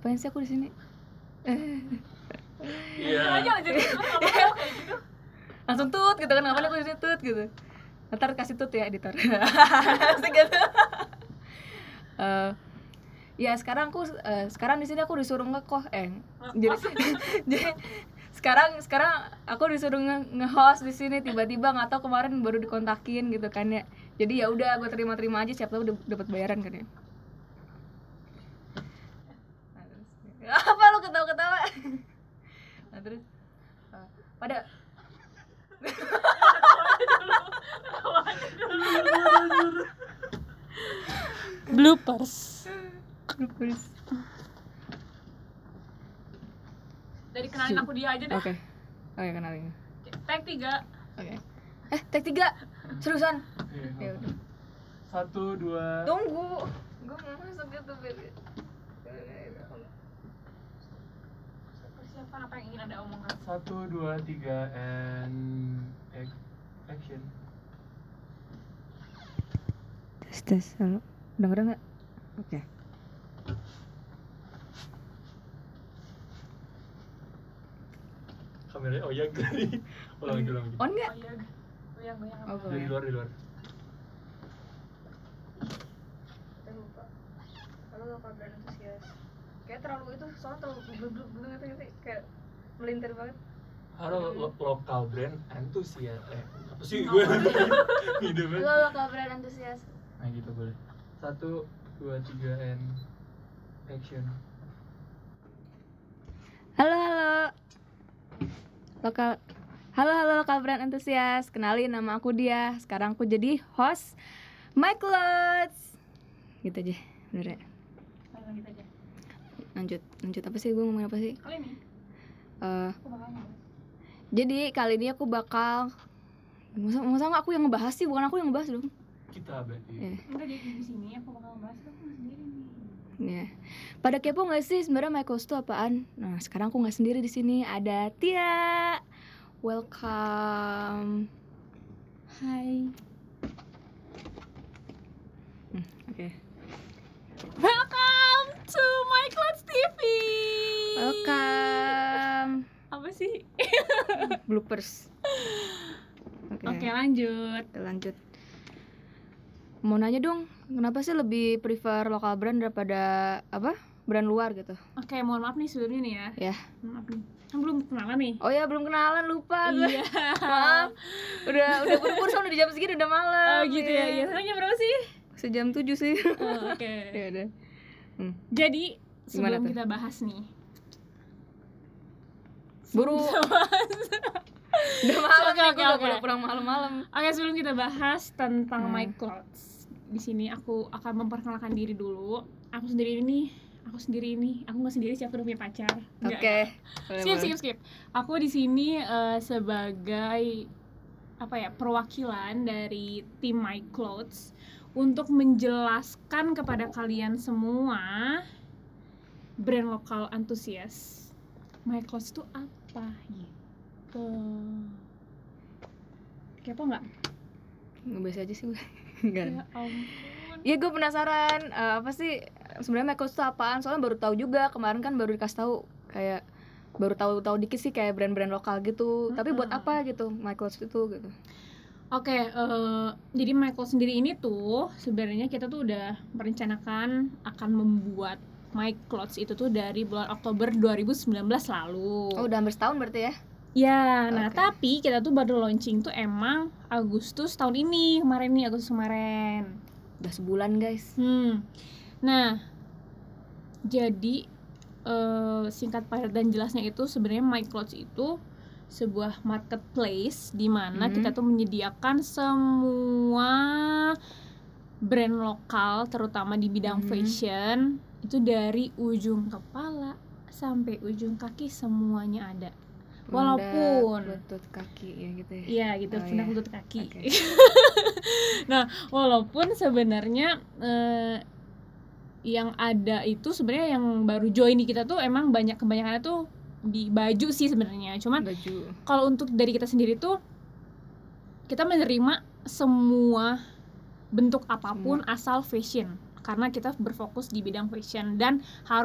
ngapain sih aku di sini? Iya. Aja jadi kayak gitu. Langsung tut gitu kan, ngapain aku di sini tut gitu. Ntar kasih tut ya editor. Asik gitu. Ya sekarang di sini aku disuruh nge-host jadi sekarang aku disuruh nge-host di sini, tiba-tiba nggak tahu kemarin baru dikontakin gitu kan ya. Jadi ya udah gue terima aja, siapa tahu dapat bayaran kan ya. Apa lu ketawa-ketawa? Nah terus pada bloopers. Dari kenalin aku dia aja deh. Oke, kenalin. Tag 3. Oke. Tag 3. Seriusan? Ya udah. 1, 2. Tunggu. Gue mau masuk gitu, Bebe. Persiapan apa yang ingin Anda omongkan? 1, 2, 3 and action. Tes. Halo. Dengeran enggak? Oke. Kameranya oyang tadi. Ulang lagi. On enggak? Goyang. Oh, Di luar. Saya lupa. Halo lokal brand antusias. Kayak terlalu itu, soalnya terlalu blub gitu kayak melintir banget. Halo lokal brand antusias. Apa sih gue? Gitu banget. Halo lokal brand antusias. Nah gitu boleh. 1, 2, 3 and action. Halo lokal brand antusias. Kenalin, nama aku Dia. Sekarang aku jadi host My Clothes. Gitu aja, bener ya? Lanjut aja. Lanjut apa sih? Gue ngomongin apa sih? Kali ini aku bakal ngebahas. Jadi kali ini aku bakal masa aku yang ngebahas sih, bukan aku yang ngebahas dong. Kita berarti. Yeah. Enggak, jadi di sini aku bakal ngebahas, aku nggak sendiri nih. Ya, pada kepo nggak sih sebenarnya My Clothes itu apaan? Nah, sekarang aku nggak sendiri di sini, ada Tia. Welcome. Hai. Oke. Welcome to My Clothes TV. Welcome. Apa sih? Bloopers. Oke, lanjut. Lanjut. Mau nanya dong, kenapa sih lebih prefer lokal brand daripada brand luar gitu? Oke, mohon maaf nih sebelumnya nih ya. Ya. Maaf nih. Kan belum kenalan nih. Oh ya, belum kenalan, lupa gue. Iya. Maaf. Udah buru-buru soalnya di jam segini udah malam. Oh gitu ya. Iya, sekarang jam berapa sih? Sejam 7 sih. Oh, oke. Ya udah. Jadi, sebelum Gimana tuh? kita bahas nih. Buru. Udah malam nih, gue udah pulang malam-malam. Oke, sebelum kita bahas tentang My Clothes, di sini aku akan memperkenalkan diri dulu. Aku sendiri ini, aku nggak sendiri sih, aku udah punya pacar. Oke. Skip. Aku di sini sebagai perwakilan dari tim My Clothes untuk menjelaskan kepada kalian semua brand lokal antusias. My Clothes itu apa gitu? Kepo nggak? Nggak biasa aja sih gue. Enggak. Ya ampun. Iya, gue penasaran apa sih sebenarnya My Clothes itu apaan? Soalnya baru tahu juga, kemarin kan baru dikasih tahu, kayak baru tahu dikit sih kayak brand-brand lokal gitu. Tapi buat apa gitu My Clothes itu gitu? Oke, jadi My Clothes sendiri ini tuh sebenarnya kita tuh udah merencanakan akan membuat My Clothes itu tuh dari bulan Oktober 2019 lalu. Oh, udah hampir setahun berarti ya? Ya, nah Oke. tapi kita tuh baru launching tuh emang Agustus tahun ini, Agustus kemarin. Udah sebulan, guys. Nah, jadi singkat padat dan jelasnya itu sebenarnya My Clothes itu sebuah marketplace di mana kita tuh menyediakan semua brand lokal terutama di bidang fashion itu dari ujung kepala sampai ujung kaki semuanya ada. Walaupun lutut kaki ya gitu ya. Iya gitu, Oh, pundak iya. lutut kaki. Okay. Nah, walaupun sebenarnya yang ada itu sebenarnya yang baru join di kita tuh emang kebanyakannya tuh di baju sih sebenarnya. Cuman Baju. kalau untuk dari kita sendiri tuh kita menerima semua bentuk apapun asal fashion, karena kita berfokus di bidang fashion dan harus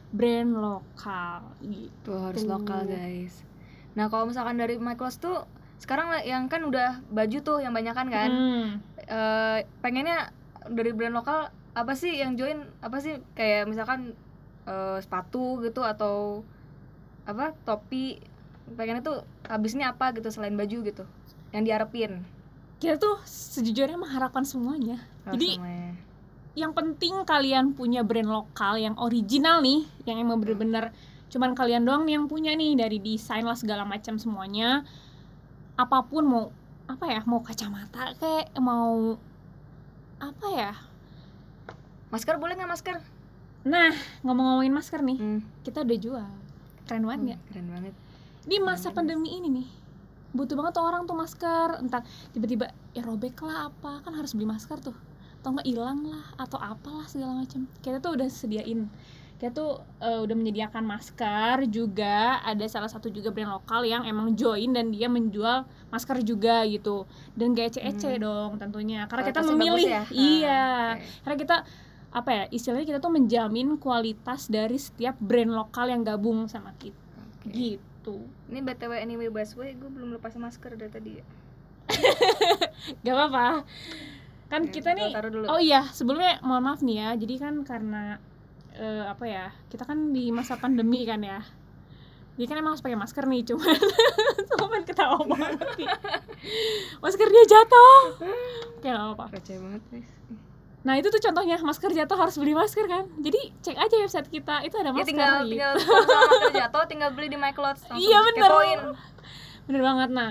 brand lokal gitu. Tuh harus lokal guys. Nah kalau misalkan dari MyClothes tuh sekarang yang kan udah baju tuh yang banyakan kan, pengennya dari brand lokal apa sih yang join, apa sih kayak misalkan sepatu gitu atau apa topi, pengennya tuh habisnya apa gitu selain baju gitu yang diharapin. Kita tuh sejujurnya mengharapkan semuanya. Jadi Semuanya. yang penting kalian punya brand lokal yang original nih, yang emang bener-bener cuman kalian doang nih yang punya nih, dari desain lah segala macam semuanya. Apapun, mau apa ya, mau kacamata kayak mau apa ya. Masker boleh nggak masker? Nah, ngomong-ngomongin masker nih, Hmm. kita udah jual. Keren banget nggak? Keren banget. Di masa pandemi ini nih, butuh banget tuh orang tuh masker. Entah tiba-tiba ya robek lah apa, kan harus beli masker tuh, atau nggak hilang lah atau apalah segala macam. Kita tuh udah sediain, kita tuh udah menyediakan masker juga. Ada salah satu juga brand lokal yang emang join dan dia menjual masker juga gitu, dan gak ece-ece dong tentunya, karena kita Kualitasnya memilih bagus ya? iya, Oke. karena kita apa ya, istilahnya kita tuh menjamin kualitas dari setiap brand lokal yang gabung sama kita Oke. gitu. Ini BTW anyway busway, gue belum lepas masker dari tadi ya. Gak apa-apa kan Ya, kita nih. taruh dulu. Oh iya, sebelumnya mohon maaf nih ya, jadi kan karena apa ya, kita kan di masa pandemi kan ya, jadi kan emang harus pakai masker nih, cuman ketawa banget nih. Maskernya jatuh. Oke, gak apa-apa. Receh banget guys. Nah itu tuh contohnya, masker jatuh harus beli masker kan, jadi cek aja website kita, itu ada Ya masker tinggal gitu. kalau misalkan masker jatuh tinggal beli di MyClothes langsung. Iya, bener. Kepoin. Bener banget. Nah,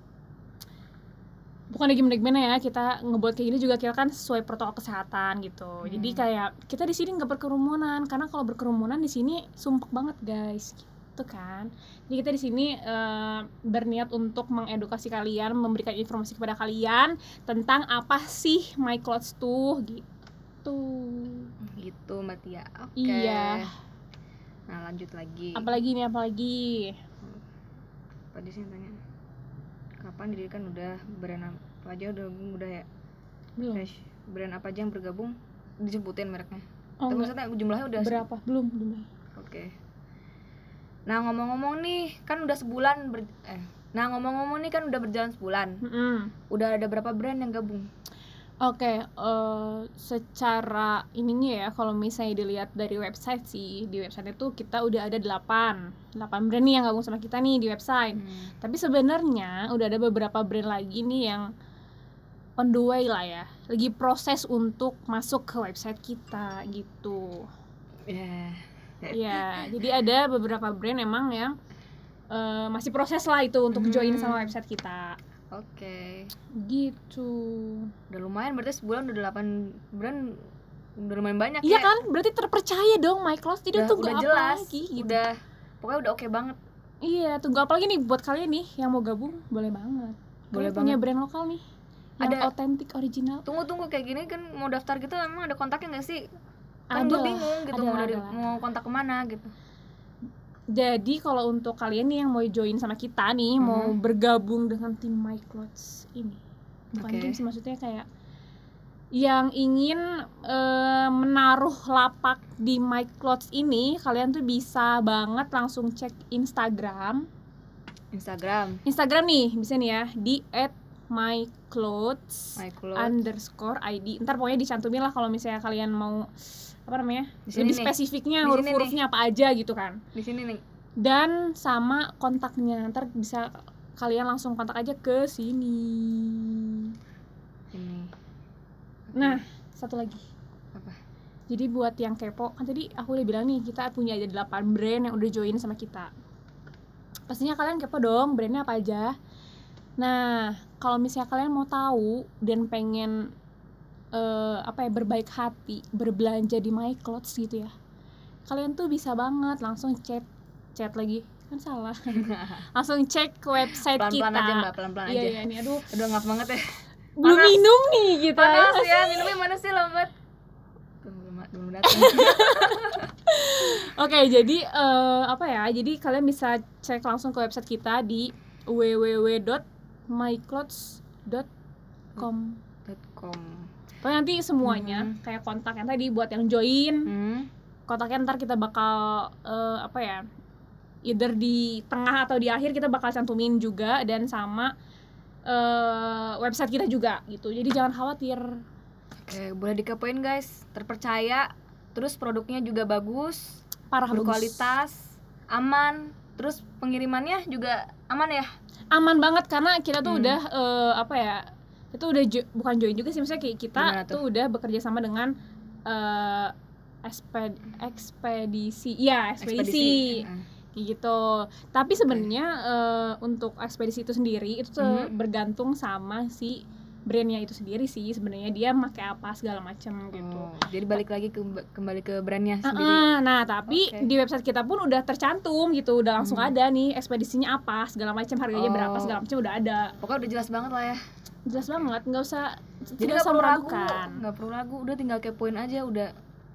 bukan lagi gimana ya, kita ngebuat kayak gini juga kita kan sesuai protokol kesehatan gitu. Jadi kayak kita di sini nggak berkerumunan, karena kalau berkerumunan di sini sumpek banget guys, gitu kan. Jadi kita di sini berniat untuk mengedukasi kalian, memberikan informasi kepada kalian tentang apa sih MyClothes tuh gitu. Gitu Mbak Tia. Oke. Iya. Nah lanjut lagi. Apalagi nih, apalagi. Apa di sini tanya? Kapan didirikan, udah brand apa aja udah ya? Belum. Fresh. Brand apa aja yang bergabung? Disebutin mereknya. Oh, Tapi enggak. maksudnya jumlahnya udah Berapa? Belum. Oke. Nah ngomong-ngomong nih kan udah sebulan Nah ngomong-ngomong nih kan udah berjalan sebulan. Udah ada berapa brand yang gabung? Oke, secara ininya ya, kalau misalnya dilihat dari website sih, di website itu kita udah ada 8 brand nih yang gabung sama kita nih di website. Tapi sebenarnya udah ada beberapa brand lagi nih yang on the way lah ya, lagi proses untuk masuk ke website kita gitu. Ya, jadi ada beberapa brand emang yang masih proses lah itu untuk join sama website kita. Oke. Gitu. Udah lumayan, berarti sebulan udah 8 brand, udah lumayan banyak Iya ya. kan, berarti terpercaya dong MyClothes, jadi tunggu udah apa jelas, lagi gitu. udah pokoknya udah oke banget. Iya, tunggu apa lagi nih buat kalian nih yang mau gabung, boleh banget. Boleh Kalian punya banget. brand lokal nih yang Ada- otentik, original. Tunggu kayak gini kan mau daftar gitu, emang ada kontaknya nggak sih? Kan Ada gue lah, bingung gitu ada. mau kontak kemana gitu. Jadi kalau untuk kalian nih yang mau join sama kita nih, mau bergabung dengan tim MyClothes ini, bukan Oke. tim sih, maksudnya kayak yang ingin menaruh lapak di MyClothes ini, kalian tuh bisa banget langsung cek Instagram nih, bisa nih ya, di @myclothes_id. Ntar pokoknya dicantumin lah kalau misalnya kalian mau apa namanya, Di sini lebih nih. spesifiknya Di sini huruf-hurufnya apa aja gitu kan, Di sini nih. dan sama kontaknya, ntar bisa kalian langsung kontak aja ke sini. Ini. Nah, satu lagi, Apa? jadi buat yang kepo, kan tadi aku udah bilang nih kita punya ada 8 brand yang udah join sama kita. Pastinya kalian kepo dong brandnya apa aja. Nah, kalau misalnya kalian mau tahu dan pengen berbaik hati berbelanja di MyClothes gitu ya, kalian tuh bisa banget langsung chat lagi, kan salah. Langsung cek ke website kita. Pelan-pelan aja Mbak, pelan-pelan aja. Iya, nih aduh, Udah ngap banget ya. belum Panas. minum nih kita. Panas ya, minumnya mana sih lambat? Belum datang. Oke, jadi jadi kalian bisa cek langsung ke website kita di www.myclothes.com. Pokoknya nanti semuanya kayak kontak yang tadi buat yang join, kotaknya ntar kita bakal apa ya, either di tengah atau di akhir kita bakal cantumin juga, dan sama website kita juga gitu. Jadi jangan khawatir. Oke, boleh dikepoin guys, terpercaya, terus produknya juga bagus, Parah bagus. berkualitas, aman, terus pengirimannya juga aman ya. Aman banget karena kita tuh udah apa ya, itu udah bukan join juga sih, maksudnya kayak kita tuh udah bekerja sama dengan ekspedisi kayak gitu. Tapi sebenarnya untuk ekspedisi itu sendiri itu tuh bergantung sama si brandnya itu sendiri sih, sebenarnya dia pakai apa segala macam gitu. Jadi balik lagi kembali ke brandnya sendiri. Nah tapi di website kita pun udah tercantum gitu, udah langsung ada nih ekspedisinya apa segala macam, harganya berapa segala macam udah ada. Pokoknya udah jelas banget lah ya. Jelas banget, nggak usah. Jadi nggak perlu ragu, udah tinggal kepoin aja, udah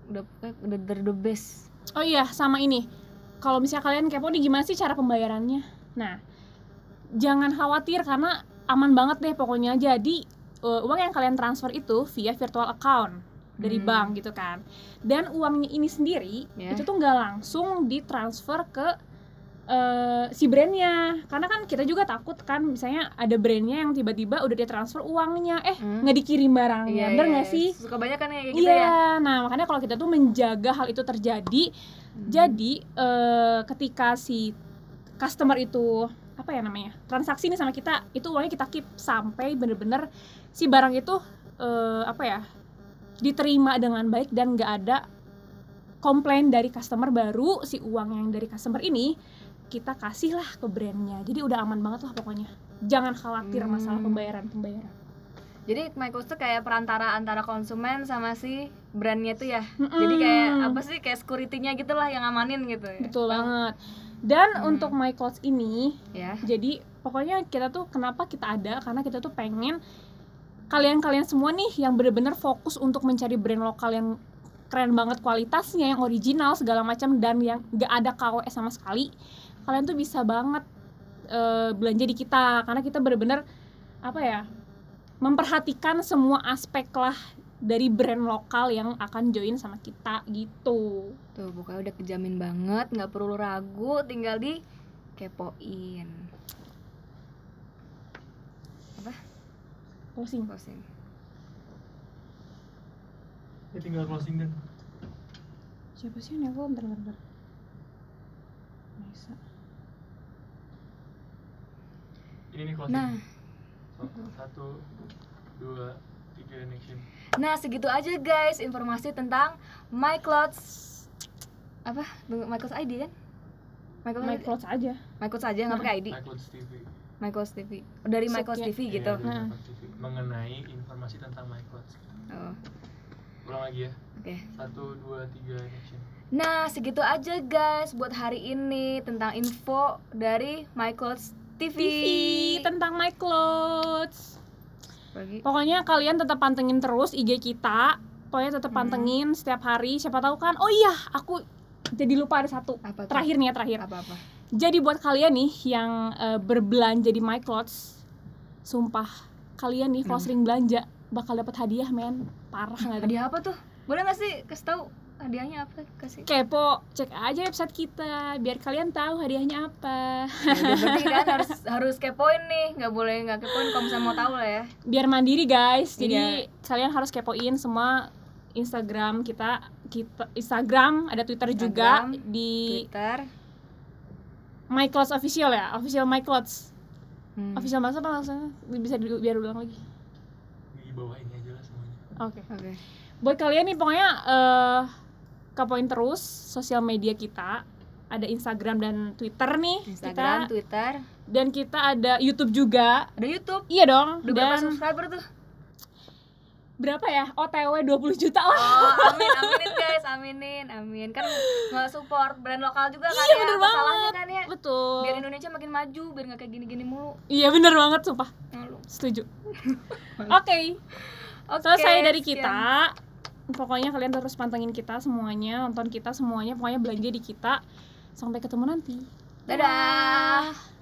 the best. Oh iya, sama ini. Kalau misalnya kalian kepo nih gimana sih cara pembayarannya? Nah, jangan khawatir karena aman banget deh pokoknya. Jadi uang yang kalian transfer itu via virtual account dari bank gitu kan. Dan uangnya ini sendiri itu tuh nggak langsung ditransfer ke si brandnya, karena kan kita juga takut kan misalnya ada brandnya yang tiba-tiba udah ditransfer uangnya nggak dikirim barangnya, bener nggak sih? Suka banyak kan kayak gitu ya. Nah makanya kalau kita tuh menjaga hal itu terjadi. Jadi ketika si customer itu apa ya namanya, transaksi nih sama kita, itu uangnya kita keep sampai bener-bener si barang itu apa ya, diterima dengan baik dan nggak ada komplain dari customer, baru si uang yang dari customer ini kita kasih lah ke brandnya. Jadi udah aman banget lah pokoknya. Jangan khawatir masalah pembayaran. Jadi MyClots tuh kayak perantara antara konsumen sama si brandnya tuh ya. Jadi kayak apa sih, kayak security-nya gitu lah yang ngamanin gitu ya. Betul banget. Dan untuk MyClots ini ya, jadi pokoknya kita tuh kenapa kita ada, karena kita tuh pengen kalian semua nih yang bener-bener fokus untuk mencari brand lokal yang keren banget kualitasnya, yang original segala macam, dan yang gak ada KW sama sekali, kalian tuh bisa banget belanja di kita, karena kita bener-bener apa ya, memperhatikan semua aspek lah dari brand lokal yang akan join sama kita gitu. Tuh pokoknya udah kejamin banget, nggak perlu ragu, tinggal di kepoin. Apa? Closing. Ya tinggal closing dan. Siapa sih yang nelfon? Bentar. Bisa. Ini nih closing. Nah, 1, 2, 3 action. Nah segitu aja guys informasi tentang MyClots. Apa? MyClots ID kan? MyClots aja. MyClots aja, nggak pakai ID. MyClots TV. Dari MyClots TV gitu. Iya, mengenai informasi tentang MyClots. Ulang lagi ya. Oke. 1, 2, 3 action. Nah segitu aja guys buat hari ini tentang info dari MyClots TV tentang MyClots. Pokoknya kalian tetap pantengin terus IG kita. Pokoknya tetap pantengin setiap hari. Siapa tahu kan. Oh iya, aku jadi lupa ada satu. Terakhir. Apa-apa. Jadi buat kalian nih yang berbelanja di MyClots, sumpah kalian nih kalau sering belanja bakal dapat hadiah, men. Parah nggak? Hadiah apa tuh? Boleh nggak sih kasih tahu hadiahnya apa? Kasih. Kepo, cek aja website kita biar kalian tahu hadiahnya apa. Ya, berarti kan harus kepoin nih, nggak boleh nggak kepoin kalau misalnya mau tahu lah ya. Biar mandiri guys. Jadi kalian harus kepoin semua Instagram kita Instagram, ada Twitter juga, di Twitter MyClots official ya, official MyClots. Official apa maksudnya? Bisa biar ulang lagi. Di bawah ini aja lah semuanya. Oke. Buat kalian nih pokoknya kepoin terus sosial media kita. Ada Instagram dan Twitter nih. Twitter. Dan kita ada YouTube juga. Ada YouTube? Iya dong. Udah berapa subscriber tuh? Berapa ya? OTW 20 juta lah. Oh, aminin guys, amin. Kan nge-support brand lokal juga kan. Iya, bener banget. Kan ya. Betul. Biar Indonesia makin maju, biar gak kayak gini-gini mulu. Iya, bener banget sumpah. Setuju. Oke. Selesai dari kita. Pokoknya kalian terus pantengin kita semuanya, nonton kita semuanya, pokoknya belanja di kita. Sampai ketemu nanti. Dadah.